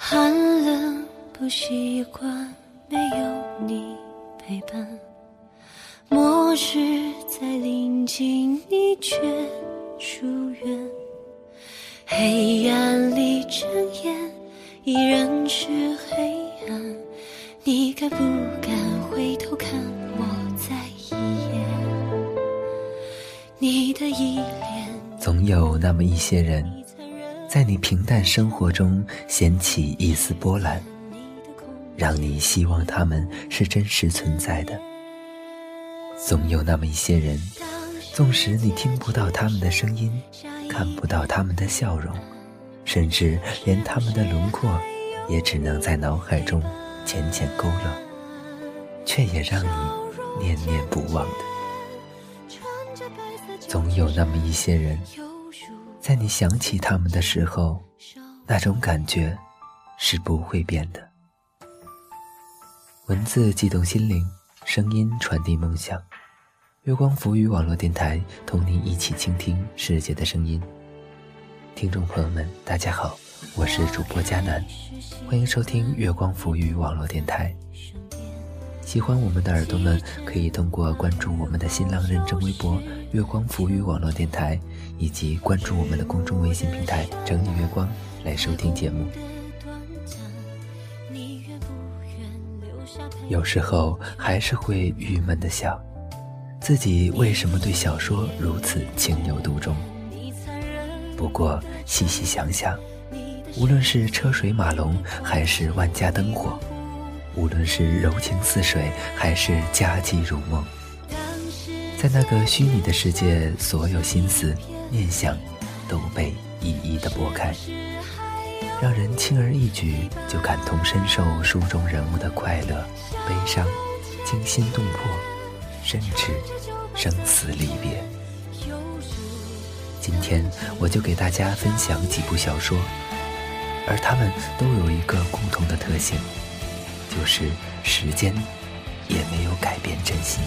寒冷不习惯没有你陪伴，末日在临近你却疏远，黑暗里睁眼依然是黑暗，你敢不敢回头看我再一眼？你的依恋， 总有那么一些人在你平淡生活中掀起一丝波澜，让你希望他们是真实存在的。总有那么一些人，纵使你听不到他们的声音，看不到他们的笑容，甚至连他们的轮廓也只能在脑海中浅浅勾勒，却也让你念念不忘的。总有那么一些人，在你想起他们的时候，那种感觉是不会变的。文字悸动心灵，声音传递梦想。月光浮语网络电台，同你一起倾听世界的声音。听众朋友们，大家好，我是主播佳楠，欢迎收听月光浮语网络电台。喜欢我们的耳朵们，可以通过关注我们的新浪认证微博月光浮语网络电台，以及关注我们的公众微信平台整理月光来收听节目。有时候还是会郁闷地想，自己为什么对小说如此情有独钟。不过细细想想，无论是车水马龙还是万家灯火，无论是柔情似水还是佳绩如梦，在那个虚拟的世界，所有心思念想都被一一地拨开，让人轻而易举就感同身受书中人物的快乐、悲伤、惊心动魄，甚至生死离别。今天我就给大家分享几部小说，而它们都有一个共同的特性，就是时间也没有改变真心。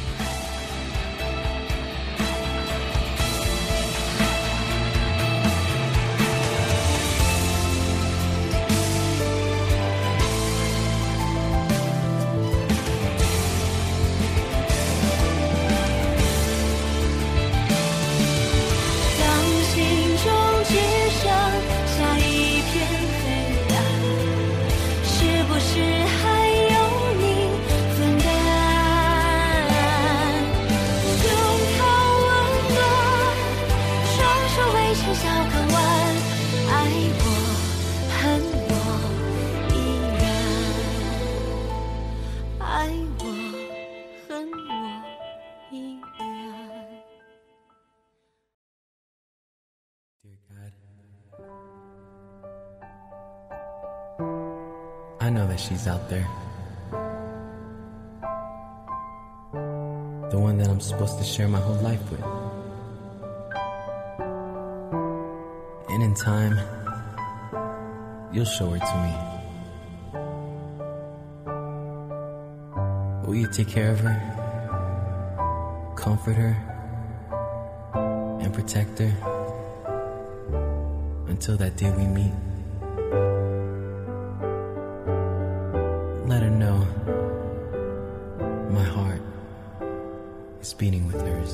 I know that she's out there. The one that I'm supposed to share my whole life with. And in time, you'll show her to me. Will you take care of her, comfort her, and protect her until that day we meet? Let her know my heart is beating with hers.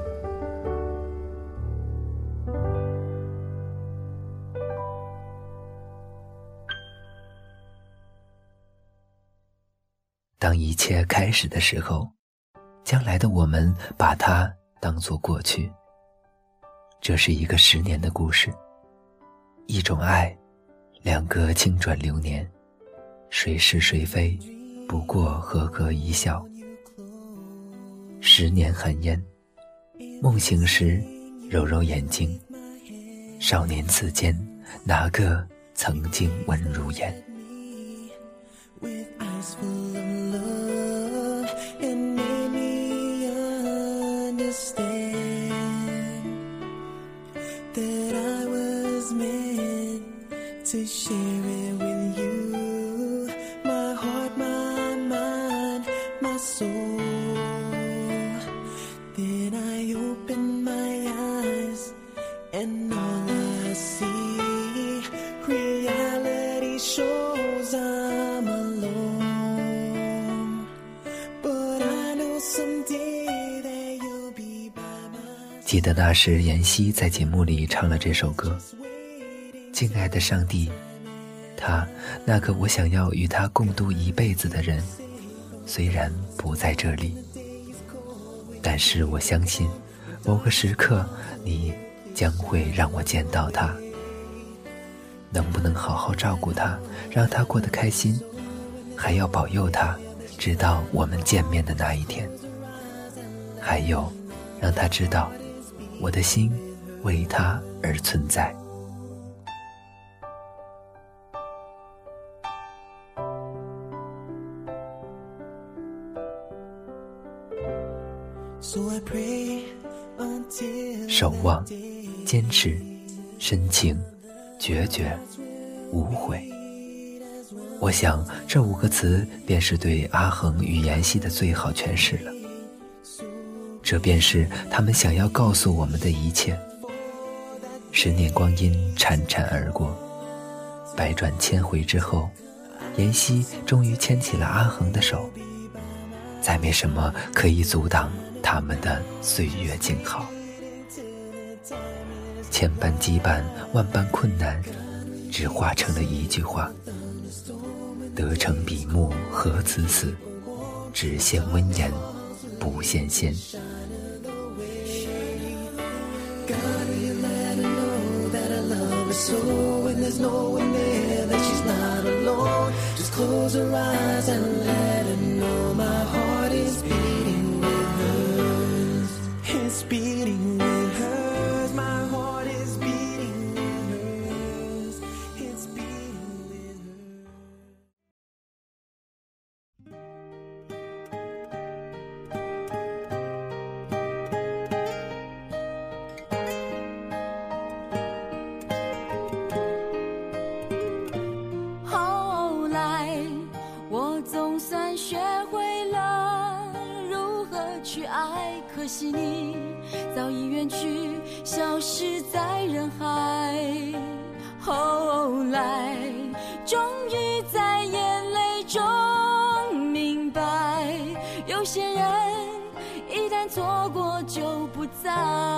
当一切开始的时候，将来的我们把它当作过去。这是一个10年的故事，一种爱，两个轻转流年，谁是谁非，不过和歌一笑。10年寒烟，梦醒时揉揉眼睛，少年此间哪个曾经温如言。 To share it with you, my heart, my mind, my soul. Then I open my eyes and all I see, reality shows. 记得那时妍希在节目里唱了这首歌，敬爱的上帝，他那个我想要与他共度一辈子的人虽然不在这里，但是我相信某个时刻你将会让我见到他。能不能好好照顾他，让他过得开心，还要保佑他直到我们见面的那一天。还有让他知道我的心为他而存在。守望，坚持，深情，决绝，无悔。我想这5个词便是对阿恒与妍希的最好诠释了。这便是他们想要告诉我们的一切。10年光阴潺潺而过，百转千回之后，妍希终于牵起了阿恒的手，再没什么可以阻挡他们的岁月静好。千般羁绊，万般困难，只化成了一句话：得成笔墨何辞死，只羡温言不羡仙。So when there's no one there, that she's not alone. Just close her eyes and let her know my heart is beating with hers. It's beating with hers. My heart is beating with hers. It's beating with hers. 可惜你早已远去，消失在人海。后来终于在眼泪中明白，有些人一旦错过就不再。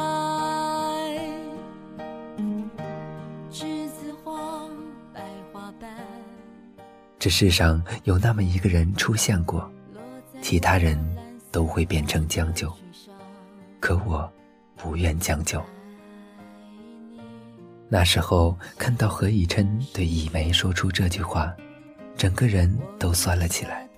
栀子花白花瓣， 这世上有那么一个人出现过，其他人都会变成将就，可我不愿将就。那时候看到何以琛对以梅说出这句话，整个人都酸了起来。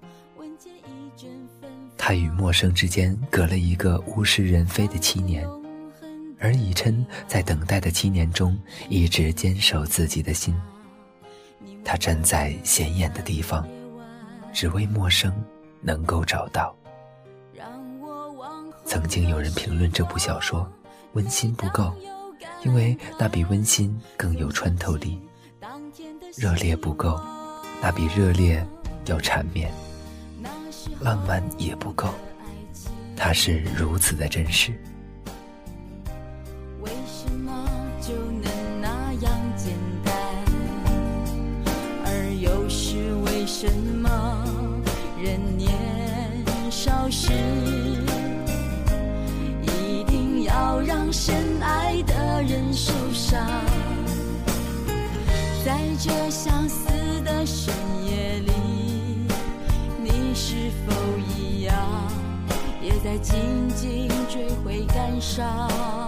他与陌生之间隔了一个物是人非的7年，而以琛在等待的7年中一直坚守自己的心。他站在显眼的地方，只为陌生能够找到。曾经有人评论这部小说温馨不够，因为那比温馨更有穿透力；热烈不够，那比热烈要缠绵；浪漫也不够，它是如此的真实。 为什么就能那样简单？而又是为什么人年少时要让深爱的人受伤？在这相似的深夜里，你是否一样也在静静追悔感伤？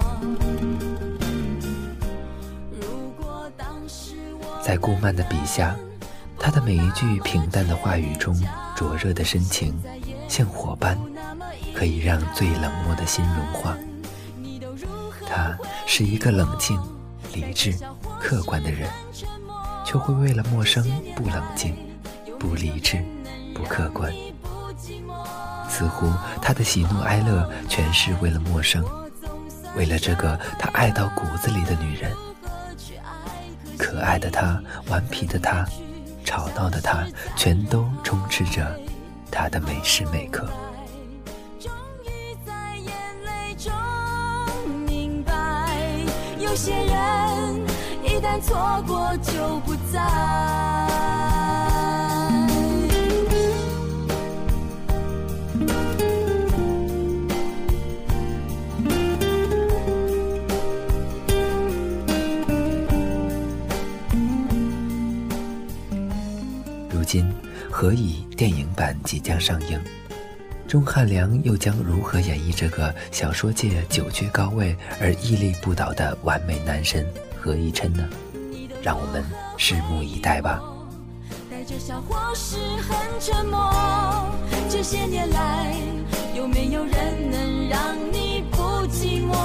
如果当时我在顾漫的笔下，他的每一句平淡的话语中灼热的深情，像火般可以让最冷漠的心融化。他是一个冷静、理智、客观的人，却会为了陌生不冷静、不理智、不客观。似乎他的喜怒哀乐全是为了陌生，为了这个他爱到骨子里的女人。可爱的他，顽皮的他，吵闹的他，全都充斥着他的每时每刻。 有些人一旦错过就不再。 今何以电影版即将上映，钟汉良又将如何演绎这个小说界久居高位而屹立不倒的完美男神何以琛呢？让我们拭目以待吧。 带着笑或是很沉默，这些年来有没有人能让你不寂寞？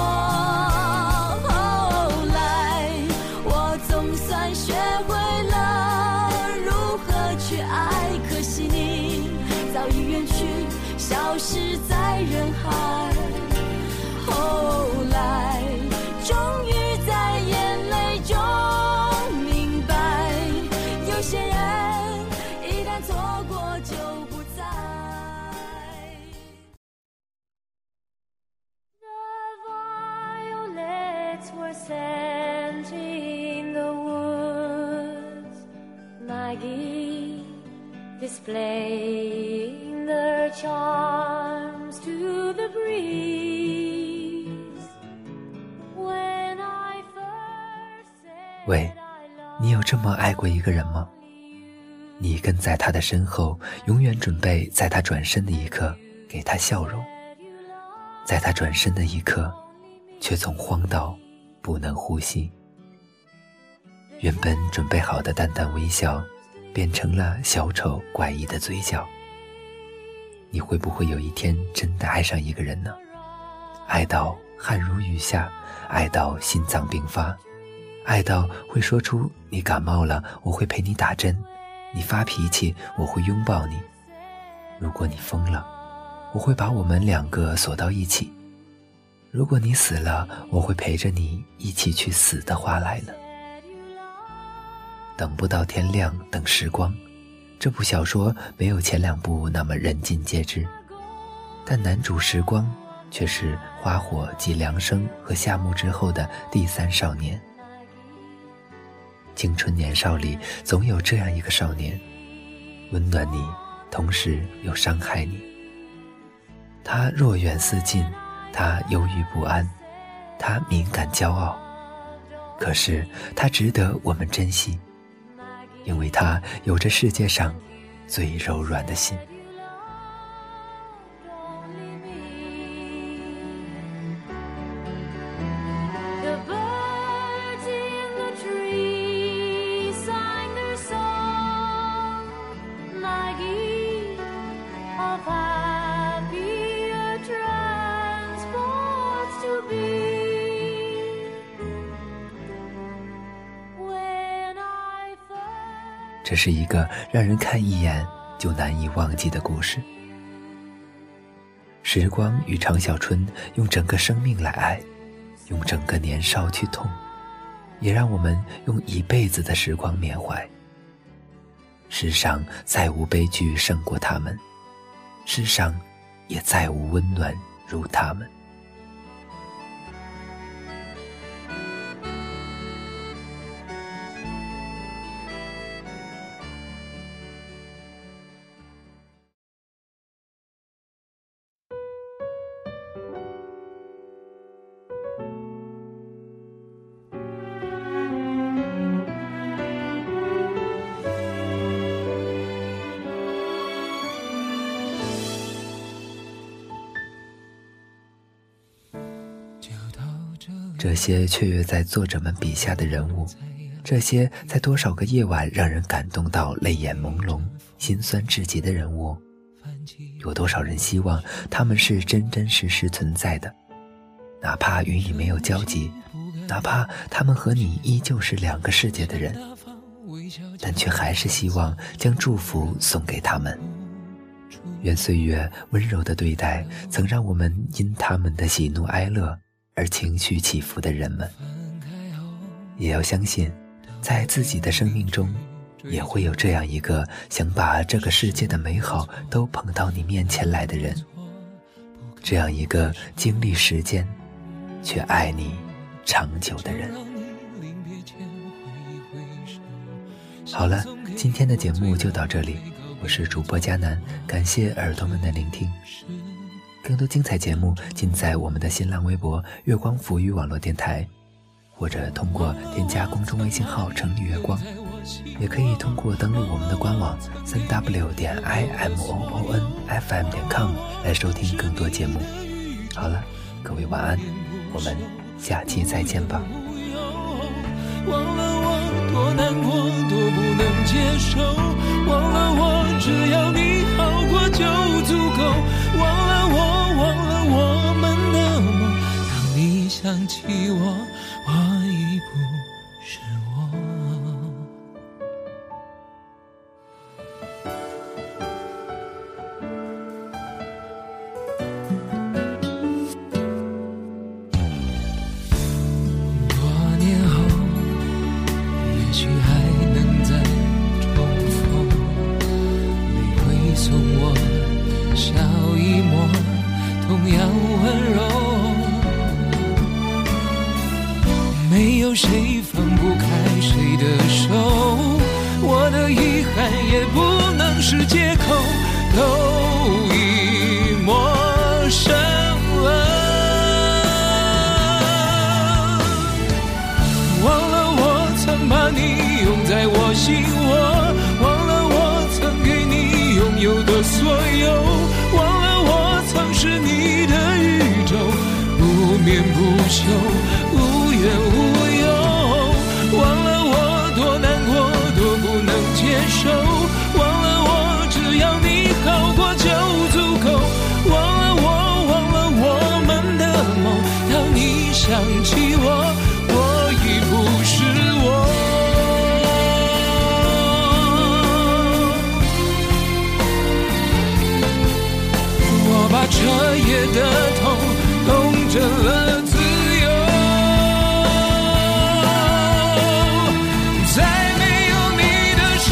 后来我总算学会了如何去爱，可惜你早已远去，消失在人海。后来终于在眼泪中明白，有些人一旦错过就不再。The violets were scenting the woods, Maggie displaying their charms to the breeze. When I first said 喂，你有这么爱过一个人吗？你跟在他的身后，永远准备在他转身的一刻给他笑容，在他转身的一刻却总慌到不能呼吸。原本准备好的淡淡微笑变成了小丑怪异的嘴角。你会不会有一天真的爱上一个人呢？爱到汗如雨下，爱到心脏病发，爱到会说出你感冒了我会陪你打针，你发脾气我会拥抱你，如果你疯了我会把我们两个锁到一起，如果你死了我会陪着你一起去死的话来呢。等不到天亮等时光，这部小说没有前两部那么人尽皆知，但男主时光却是花火及凉生和夏目之后的第三少年。青春年少里总有这样一个少年，温暖你同时又伤害你。他若远似近，他忧郁不安，他敏感骄傲，可是他值得我们珍惜，因为他有着世界上最柔软的心。这是一个让人看一眼就难以忘记的故事。时光与常小春用整个生命来爱，用整个年少去痛，也让我们用一辈子的时光缅怀。世上再无悲剧胜过他们，世上也再无温暖如他们。这些雀跃在作者们笔下的人物，这些在多少个夜晚让人感动到泪眼朦胧、心酸至极的人物，有多少人希望他们是真真实实存在的，哪怕与你没有交集，哪怕他们和你依旧是两个世界的人，但却还是希望将祝福送给他们。愿岁月温柔的对待曾让我们因他们的喜怒哀乐而情绪起伏的人们，也要相信在自己的生命中也会有这样一个想把这个世界的美好都捧到你面前来的人，这样一个经历时间却爱你长久的人。好了，今天的节目就到这里，我是主播佳楠，感谢耳朵们的聆听。更多精彩节目尽在我们的新浪微博月光浮语网络电台，或者通过添加公众微信号城里月光也可以通过登录我们的官网3w.imoonfm.com 来收听更多节目。好了，各位晚安，我们下期再见吧。 忘了我多难过，多不能接受，忘了我只要你好过就足够，忘了我们的梦，当你想起我已不是我。也许还能再重逢，你会送我笑一抹同样温柔，没有谁放不开谁的手，我的遗憾也不能是借口，都已陌生了。忘了我曾把你拥在我心窝，忘了我曾给你拥有的所有，忘了我曾是你的宇宙，不眠不休，无怨无忧，忘了我多难过，多不能接受，忘了我只要你好过就足够，忘了我们的梦，当你想起我已不是我。我把彻夜的痛痛成了自由，在没有你的时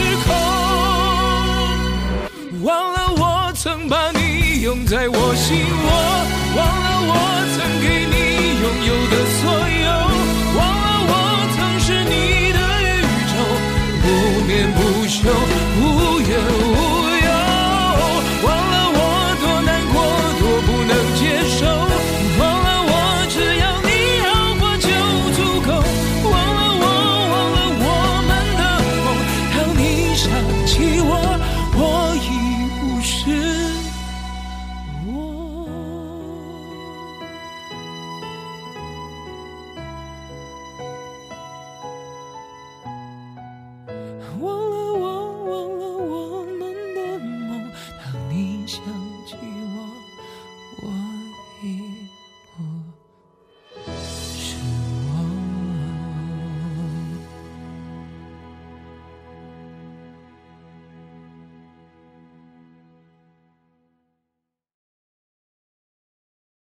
空，忘了我曾把你拥在我心窝，忘了我曾给你拥有的所有，忘了我曾是你的宇宙，不眠不休，无怨无忧，忘了我多难过，多不能接受，忘了我只要你好过就足够，忘了我们的梦，当你想起我已不是我。忘了